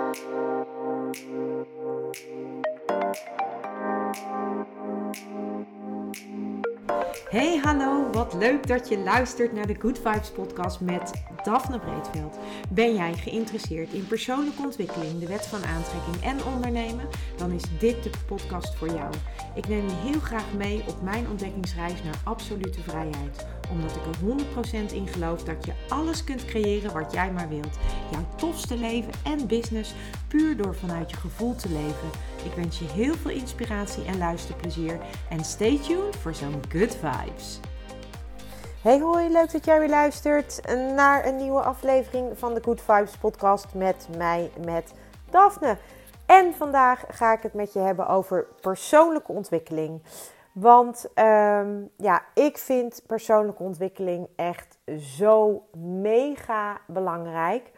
Hey, hallo, wat leuk dat je luistert naar de Good Vibes podcast met Daphne Breedveld. Ben jij geïnteresseerd in persoonlijke ontwikkeling, de wet van aantrekking en ondernemen? Dan is dit de podcast voor jou. Ik neem je heel graag mee op mijn ontdekkingsreis naar absolute vrijheid. Omdat ik er 100% in geloof dat je alles kunt creëren wat jij maar wilt. Jouw tofste leven en business puur door vanuit je gevoel te leven. Ik wens je heel veel inspiratie en luisterplezier. En stay tuned voor zo'n good vibes. Hey hoi, leuk dat jij weer luistert naar een nieuwe aflevering van de Good Vibes podcast met mij, met Daphne. En vandaag ga ik het met je hebben over persoonlijke ontwikkeling. Want ik vind persoonlijke ontwikkeling echt zo mega belangrijk.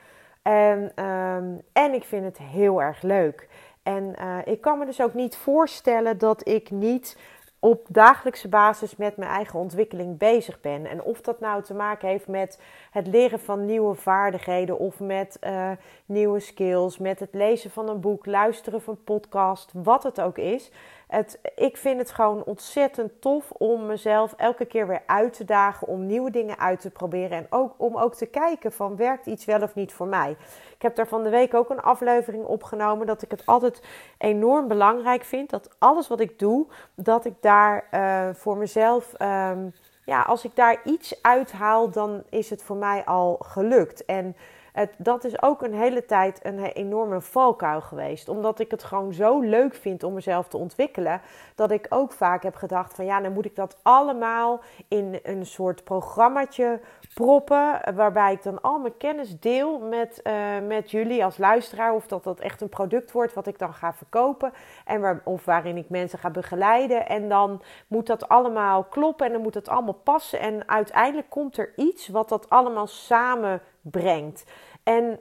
En ik vind het heel erg leuk. En ik kan me dus ook niet voorstellen dat ik niet op dagelijkse basis met mijn eigen ontwikkeling bezig ben. En of dat nou te maken heeft met het leren van nieuwe vaardigheden of met nieuwe skills, met het lezen van een boek, luisteren van een podcast, wat het ook is. Ik vind het gewoon ontzettend tof om mezelf elke keer weer uit te dagen, om nieuwe dingen uit te proberen en om ook te kijken van werkt iets wel of niet voor mij. Ik heb daar van de week ook een aflevering opgenomen dat ik het altijd enorm belangrijk vind dat alles wat ik doe, dat ik daar voor mezelf, als ik daar iets uithaal, dan is het voor mij al gelukt. En dat is ook een hele tijd een enorme valkuil geweest. Omdat ik het gewoon zo leuk vind om mezelf te ontwikkelen. Dat ik ook vaak heb gedacht van dan moet ik dat allemaal in een soort programmaatje proppen. Waarbij ik dan al mijn kennis deel met jullie als luisteraar. Of dat echt een product wordt wat ik dan ga verkopen. Of waarin ik mensen ga begeleiden. En dan moet dat allemaal kloppen en dan moet het allemaal passen. En uiteindelijk komt er iets wat dat allemaal samen brengt. En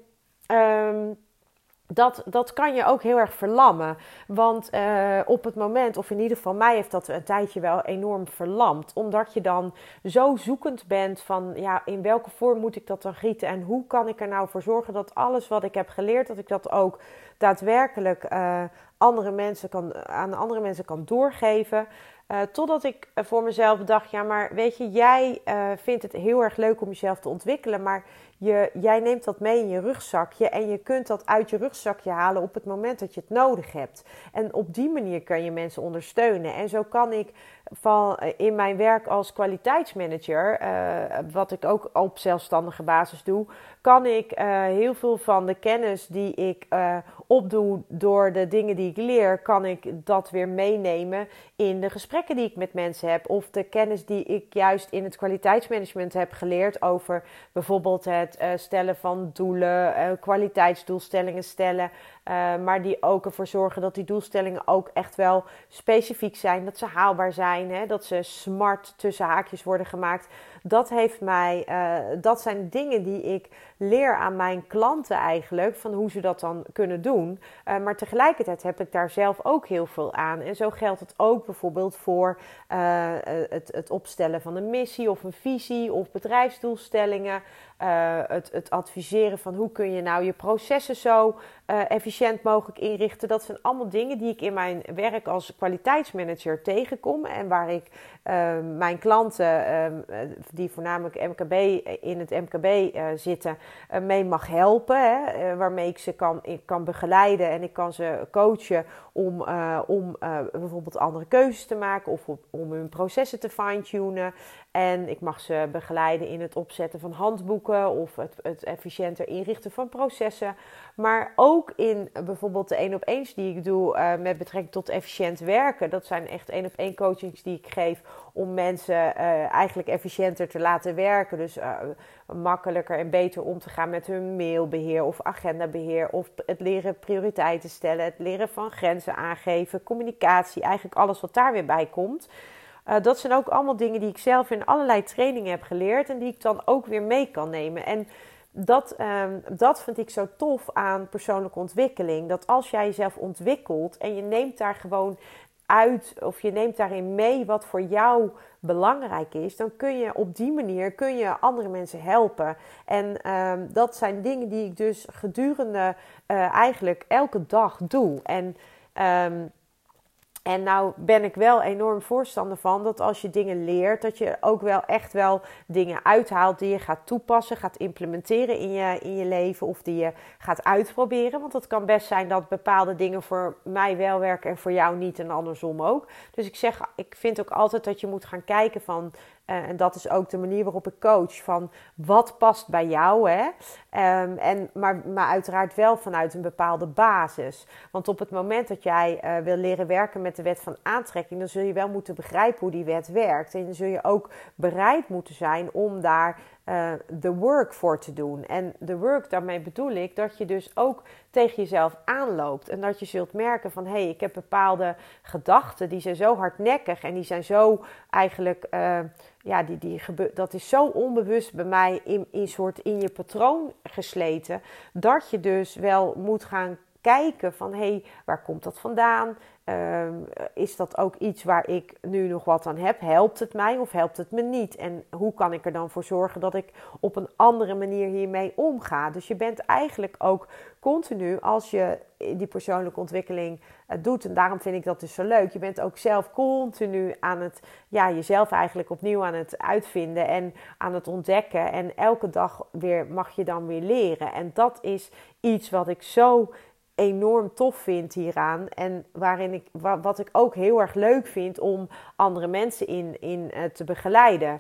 dat kan je ook heel erg verlammen. Want op het moment, of in ieder geval mij heeft dat een tijdje wel enorm verlamd. Omdat je dan zo zoekend bent van in welke vorm moet ik dat dan gieten? En hoe kan ik er nou voor zorgen dat alles wat ik heb geleerd, dat ik dat ook daadwerkelijk aan andere mensen kan doorgeven. Totdat ik voor mezelf dacht, maar weet je, jij vindt het heel erg leuk om jezelf te ontwikkelen, maar jij neemt dat mee in je rugzakje en je kunt dat uit je rugzakje halen op het moment dat je het nodig hebt. En op die manier kan je mensen ondersteunen. En zo kan ik in mijn werk als kwaliteitsmanager, wat ik ook op zelfstandige basis doe, kan ik heel veel van de kennis die ik opdoe door de dingen die ik leer, kan ik dat weer meenemen in de gesprekken die ik met mensen heb. Of de kennis die ik juist in het kwaliteitsmanagement heb geleerd over bijvoorbeeld het stellen van doelen, kwaliteitsdoelstellingen stellen. Maar die ook ervoor zorgen dat die doelstellingen ook echt wel specifiek zijn. Dat ze haalbaar zijn, dat ze smart tussen haakjes worden gemaakt. Dat zijn dingen die ik leer aan mijn klanten eigenlijk, van hoe ze dat dan kunnen doen. Maar tegelijkertijd heb ik daar zelf ook heel veel aan. En zo geldt het ook bijvoorbeeld voor het opstellen van een missie of een visie of bedrijfsdoelstellingen. Het adviseren van hoe kun je nou je processen zo efficiënt mogelijk inrichten. Dat zijn allemaal dingen die ik in mijn werk als kwaliteitsmanager tegenkom. En waar ik mijn klanten, die voornamelijk in het MKB zitten, mee mag helpen. Waarmee ik ze kan begeleiden en ik kan ze coachen om bijvoorbeeld andere keuzes te maken of om hun processen te fine-tunen. En ik mag ze begeleiden in het opzetten van handboeken of het efficiënter inrichten van processen. Maar ook in bijvoorbeeld de 1-op-1's die ik doe met betrekking tot efficiënt werken. Dat zijn echt 1-op-1 coachings die ik geef om mensen eigenlijk efficiënter te laten werken. Dus makkelijker en beter om te gaan met hun mailbeheer of agendabeheer. Of het leren prioriteiten stellen, het leren van grenzen aangeven, communicatie. Eigenlijk alles wat daar weer bij komt. Dat zijn ook allemaal dingen die ik zelf in allerlei trainingen heb geleerd en die ik dan ook weer mee kan nemen. En dat vind ik zo tof aan persoonlijke ontwikkeling. Dat als jij jezelf ontwikkelt en je neemt daar gewoon uit of je neemt daarin mee wat voor jou belangrijk is, dan kun je op die manier andere mensen helpen. En dat zijn dingen die ik dus gedurende eigenlijk elke dag doe. En nou ben ik wel enorm voorstander van dat als je dingen leert, dat je ook wel echt wel dingen uithaalt die je gaat toepassen, gaat implementeren in je leven of die je gaat uitproberen. Want het kan best zijn dat bepaalde dingen voor mij wel werken en voor jou niet en andersom ook. Dus ik vind ook altijd dat je moet gaan kijken van, en dat is ook de manier waarop ik coach, van wat past bij jou, hè? Maar uiteraard wel vanuit een bepaalde basis. Want op het moment dat jij wil leren werken met de wet van aantrekking, dan zul je wel moeten begrijpen hoe die wet werkt. En dan zul je ook bereid moeten zijn om daar de work voor te doen. En de work, daarmee bedoel ik dat je dus ook tegen jezelf aanloopt. En dat je zult merken van, ik heb bepaalde gedachten, die zijn zo hardnekkig en die zijn zo eigenlijk, dat is zo onbewust bij mij in je patroon gesleten, dat je dus wel moet gaan kijken van, waar komt dat vandaan? Is dat ook iets waar ik nu nog wat aan heb? Helpt het mij of helpt het me niet? En hoe kan ik er dan voor zorgen dat ik op een andere manier hiermee omga? Dus je bent eigenlijk ook continu, als je die persoonlijke ontwikkeling doet, en daarom vind ik dat dus zo leuk, je bent ook zelf continu aan het, jezelf eigenlijk opnieuw aan het uitvinden en aan het ontdekken. En elke dag weer mag je dan weer leren. En dat is iets wat ik zo enorm tof vind hieraan. En wat ik ook heel erg leuk vind om andere mensen in te begeleiden.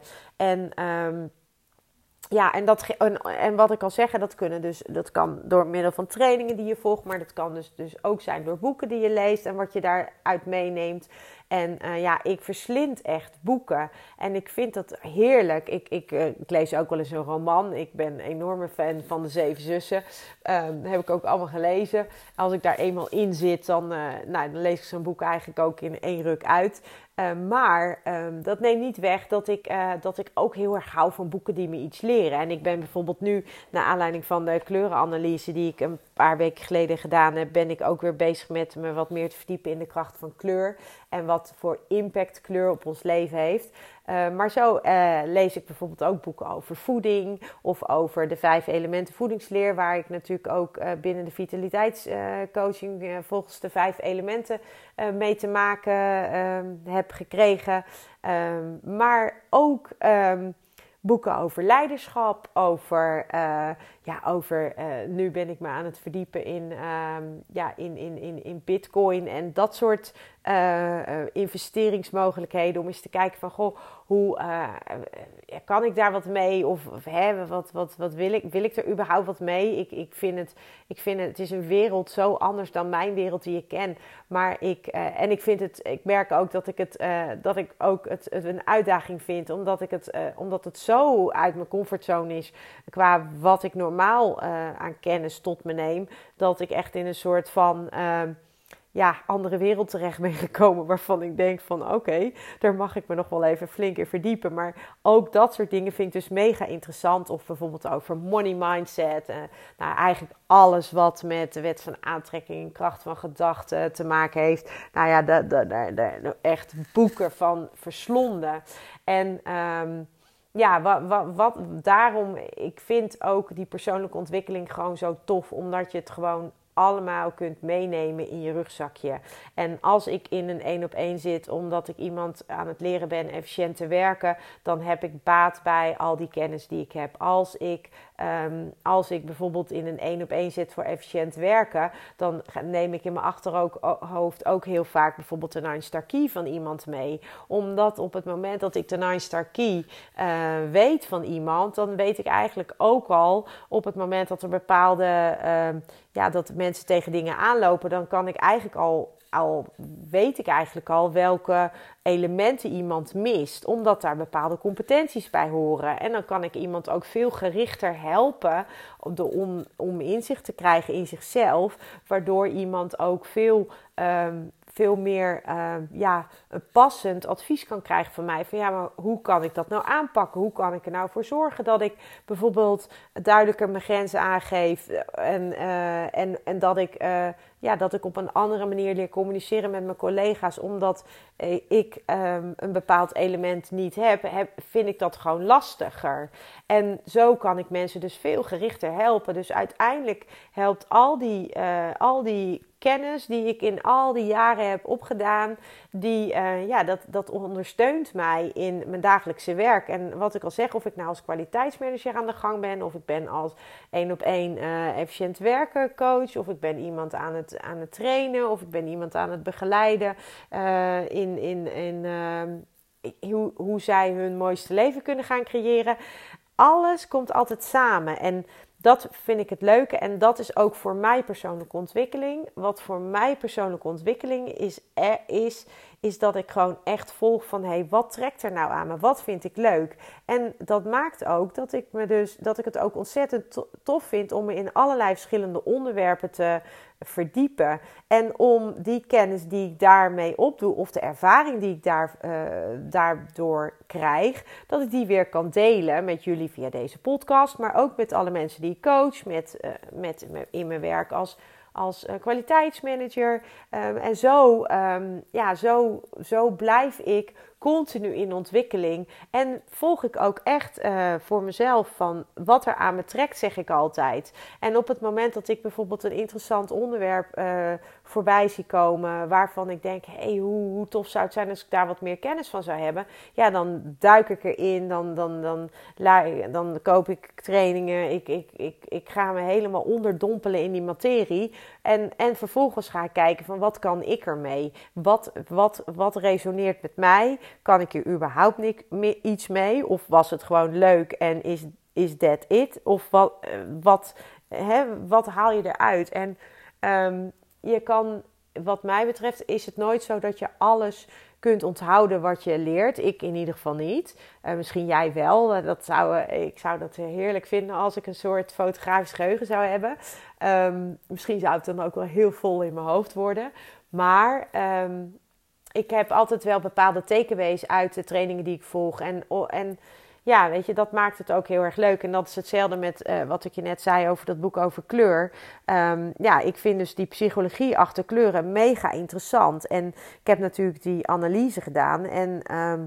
En wat ik al zeg, dat kan door middel van trainingen die je volgt, maar dat kan dus ook zijn door boeken die je leest en wat je daaruit meeneemt. En ik verslind echt boeken. En ik vind dat heerlijk. Ik lees ook wel eens een roman. Ik ben een enorme fan van de 7 Zussen. Heb ik ook allemaal gelezen. Als ik daar eenmaal in zit, dan lees ik zo'n boek eigenlijk ook in 1 ruk uit. Maar dat neemt niet weg dat ik ook heel erg hou van boeken die me iets leren. En ik ben bijvoorbeeld nu, naar aanleiding van de kleurenanalyse die ik een paar weken geleden gedaan heb, ben ik ook weer bezig met me wat meer te verdiepen in de kracht van kleur. En wat voor impact kleur op ons leven heeft. Maar zo lees ik bijvoorbeeld ook boeken over voeding of over de 5 elementen voedingsleer, waar ik natuurlijk ook binnen de vitaliteitscoaching volgens de 5 elementen mee te maken heb gekregen. Maar ook boeken over leiderschap, nu ben ik me aan het verdiepen in Bitcoin en dat soort investeringsmogelijkheden, om eens te kijken van, hoe kan ik daar wat mee? Of wat wil ik er überhaupt wat mee? Ik vind het is een wereld zo anders dan mijn wereld die ik ken. Maar ik merk ook dat ik het een uitdaging vind, omdat het zo uit mijn comfortzone is qua wat ik normaal aan kennis tot me neem, dat ik echt in een soort van andere wereld terecht ben gekomen, waarvan ik denk van oké, daar mag ik me nog wel even flink in verdiepen. Maar ook dat soort dingen vind ik dus mega interessant. Of bijvoorbeeld over money mindset. Eigenlijk alles wat met de wet van aantrekking en kracht van gedachten te maken heeft. Daar echt boeken van verslonden. En daarom, ik vind ook die persoonlijke ontwikkeling gewoon zo tof, omdat je het gewoon allemaal kunt meenemen in je rugzakje. En als ik in een 1-op-1 zit, omdat ik iemand aan het leren ben efficiënt te werken, dan heb ik baat bij al die kennis die ik heb. Als ik bijvoorbeeld in een 1-op-1 zit voor efficiënt werken, dan neem ik in mijn achterhoofd ook heel vaak bijvoorbeeld de 9-star key van iemand mee. Omdat op het moment dat ik de 9-star key weet van iemand, dan weet ik eigenlijk ook al op het moment dat er bepaalde dat mensen tegen dingen aanlopen, dan kan ik eigenlijk weet ik eigenlijk al welke elementen iemand mist, omdat daar bepaalde competenties bij horen. En dan kan ik iemand ook veel gerichter helpen om inzicht te krijgen in zichzelf, waardoor iemand ook veel meer een passend advies kan krijgen van mij. Van ja, maar hoe kan ik dat nou aanpakken? Hoe kan ik er nou voor zorgen dat ik bijvoorbeeld duidelijker mijn grenzen aangeef en dat ik op een andere manier leer communiceren met mijn collega's, omdat ik een bepaald element niet heb, vind ik dat gewoon lastiger. En zo kan ik mensen dus veel gerichter helpen. Dus uiteindelijk helpt al die kennis die ik in al die jaren heb opgedaan, dat ondersteunt mij in mijn dagelijkse werk. En wat ik al zeg, of ik nou als kwaliteitsmanager aan de gang ben, of ik ben als 1-op-1 efficiënt werken coach, of ik ben iemand aan het trainen, of ik ben iemand aan het begeleiden hoe zij hun mooiste leven kunnen gaan creëren. Alles komt altijd samen en dat vind ik het leuke en dat is ook voor mij persoonlijke ontwikkeling. Wat voor mij persoonlijke ontwikkeling is dat ik gewoon echt volg van wat trekt er nou aan me? Wat vind ik leuk? En dat maakt ook dat ik het ook ontzettend tof vind om me in allerlei verschillende onderwerpen te verdiepen. En om die kennis die ik daarmee opdoe, of de ervaring die ik daardoor krijg, dat ik die weer kan delen met jullie via deze podcast, maar ook met alle mensen die ik coach, in mijn werk als kwaliteitsmanager. En zo blijf ik continu in ontwikkeling. En volg ik ook echt voor mezelf van wat er aan me trekt, zeg ik altijd. En op het moment dat ik bijvoorbeeld een interessant onderwerp voorbij zie komen, waarvan ik denk, hoe tof zou het zijn als ik daar wat meer kennis van zou hebben. Ja, dan duik ik erin, dan koop ik trainingen, ik ga me helemaal onderdompelen in die materie. En vervolgens ga ik kijken van wat kan ik ermee? Wat resoneert met mij? Kan ik hier überhaupt iets mee? Of was het gewoon leuk en is that it? Of wat haal je eruit? En je kan, wat mij betreft, is het nooit zo dat je alles kunt onthouden wat je leert. Ik in ieder geval niet. Misschien jij wel. Ik zou dat heerlijk vinden als ik een soort fotografisch geheugen zou hebben. Misschien zou het dan ook wel heel vol in mijn hoofd worden. Maar ik heb altijd wel bepaalde takeaways uit de trainingen die ik volg. En ja, weet je, dat maakt het ook heel erg leuk. En dat is hetzelfde met wat ik je net zei over dat boek over kleur. Ik vind dus die psychologie achter kleuren mega interessant. En ik heb natuurlijk die analyse gedaan. En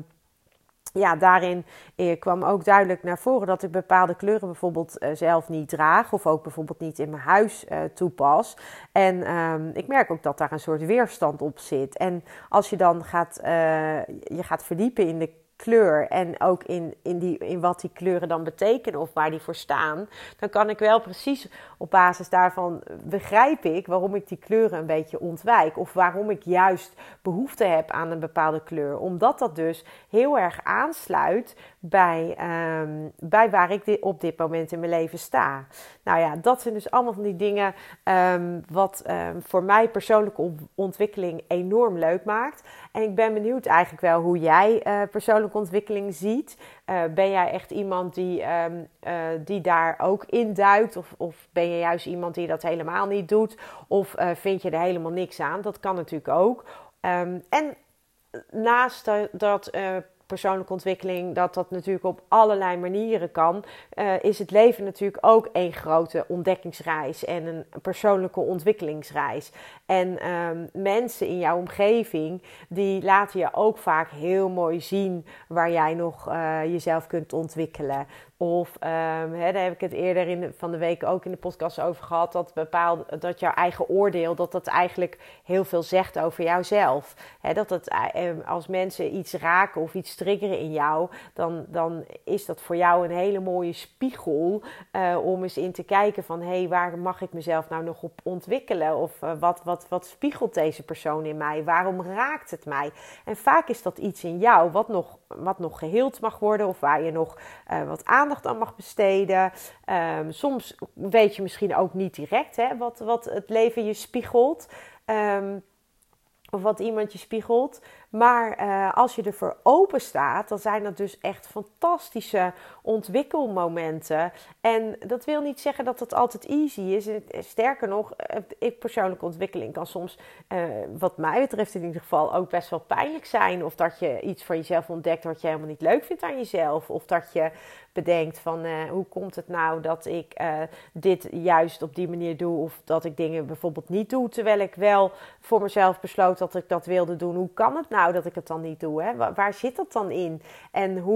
daarin kwam ook duidelijk naar voren dat ik bepaalde kleuren bijvoorbeeld zelf niet draag. Of ook bijvoorbeeld niet in mijn huis toepas. En ik merk ook dat daar een soort weerstand op zit. En als je dan gaat verdiepen in de kleur en ook in wat die kleuren dan betekenen of waar die voor staan, dan kan ik wel precies op basis daarvan begrijp ik waarom ik die kleuren een beetje ontwijk of waarom ik juist behoefte heb aan een bepaalde kleur. Omdat dat dus heel erg aansluit bij waar ik op dit moment in mijn leven sta. Nou ja, dat zijn dus allemaal van die dingen wat voor mij persoonlijke ontwikkeling enorm leuk maakt. En ik ben benieuwd eigenlijk wel hoe jij persoonlijke ontwikkeling ziet. Ben jij echt iemand die daar ook in duikt? Of ben je juist iemand die dat helemaal niet doet? Of vind je er helemaal niks aan? Dat kan natuurlijk ook. En naast dat persoonlijke ontwikkeling, dat natuurlijk op allerlei manieren kan, is het leven natuurlijk ook één grote ontdekkingsreis en een persoonlijke ontwikkelingsreis. En mensen in jouw omgeving, die laten je ook vaak heel mooi zien waar jij nog jezelf kunt ontwikkelen. Of daar heb ik het eerder van de week ook in de podcast over gehad, dat jouw eigen oordeel, dat eigenlijk heel veel zegt over jouzelf. Als mensen iets raken of iets triggeren in jou, dan is dat voor jou een hele mooie spiegel om eens in te kijken van waar mag ik mezelf nou nog op ontwikkelen? Of wat spiegelt deze persoon in mij? Waarom raakt het mij? En vaak is dat iets in jou wat nog geheeld mag worden of waar je nog wat aandacht aan mag besteden. Soms weet je misschien ook niet direct wat het leven je spiegelt. Of wat iemand je spiegelt. Maar als je ervoor open staat, dan zijn dat dus echt fantastische ontwikkelmomenten. En dat wil niet zeggen dat het altijd easy is. Sterker nog, persoonlijke ontwikkeling kan soms, wat mij betreft in ieder geval, ook best wel pijnlijk zijn. Of dat je iets van jezelf ontdekt wat je helemaal niet leuk vindt aan jezelf. Of dat je bedenkt van hoe komt het nou dat ik dit juist op die manier doe. Of dat ik dingen bijvoorbeeld niet doe, terwijl ik wel voor mezelf besloot dat ik dat wilde doen. Hoe kan het nou dat ik het dan niet doe? Hè? Waar zit dat dan in? En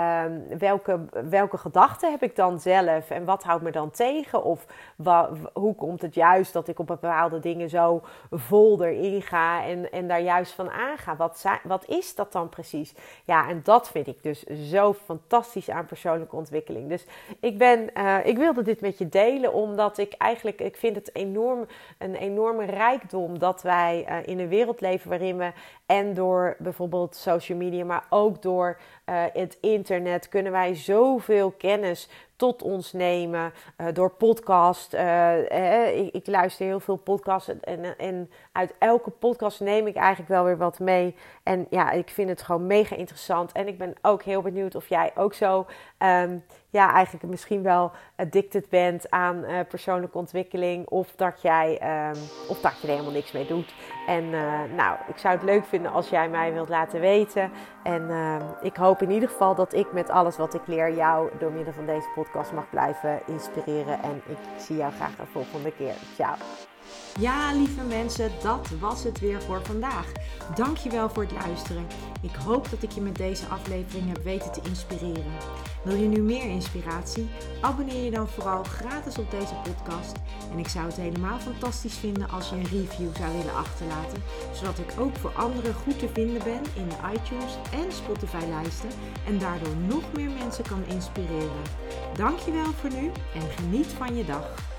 welke gedachten heb ik dan zelf? En wat houdt me dan tegen? Of hoe komt het juist dat ik op bepaalde dingen zo vol erin ga en daar juist van aanga? Wat is dat dan precies? Ja, en dat vind ik dus zo fantastisch aan persoonlijke ontwikkeling. Dus ik wilde dit met je delen, omdat ik vind het een enorme rijkdom dat wij in een wereld leven waarin we en door bijvoorbeeld social media, maar ook door het internet kunnen wij zoveel kennis tot ons nemen. Door podcast. Ik luister heel veel podcasts en uit elke podcast neem ik eigenlijk wel weer wat mee. En ja, ik vind het gewoon mega interessant. En ik ben ook heel benieuwd of jij ook zo eigenlijk misschien wel addicted bent aan persoonlijke ontwikkeling. Of dat je er helemaal niks mee doet. En ik zou het leuk vinden als jij mij wilt laten weten. En ik hoop in ieder geval dat ik met alles wat ik leer jou door middel van deze podcast mag blijven inspireren. En ik zie jou graag de volgende keer. Ciao. Ja, lieve mensen, dat was het weer voor vandaag. Dankjewel voor het luisteren. Ik hoop dat ik je met deze aflevering heb weten te inspireren. Wil je nu meer inspiratie? Abonneer je dan vooral gratis op deze podcast. En ik zou het helemaal fantastisch vinden als je een review zou willen achterlaten, zodat ik ook voor anderen goed te vinden ben in de iTunes en Spotify lijsten en daardoor nog meer mensen kan inspireren. Dankjewel voor nu en geniet van je dag.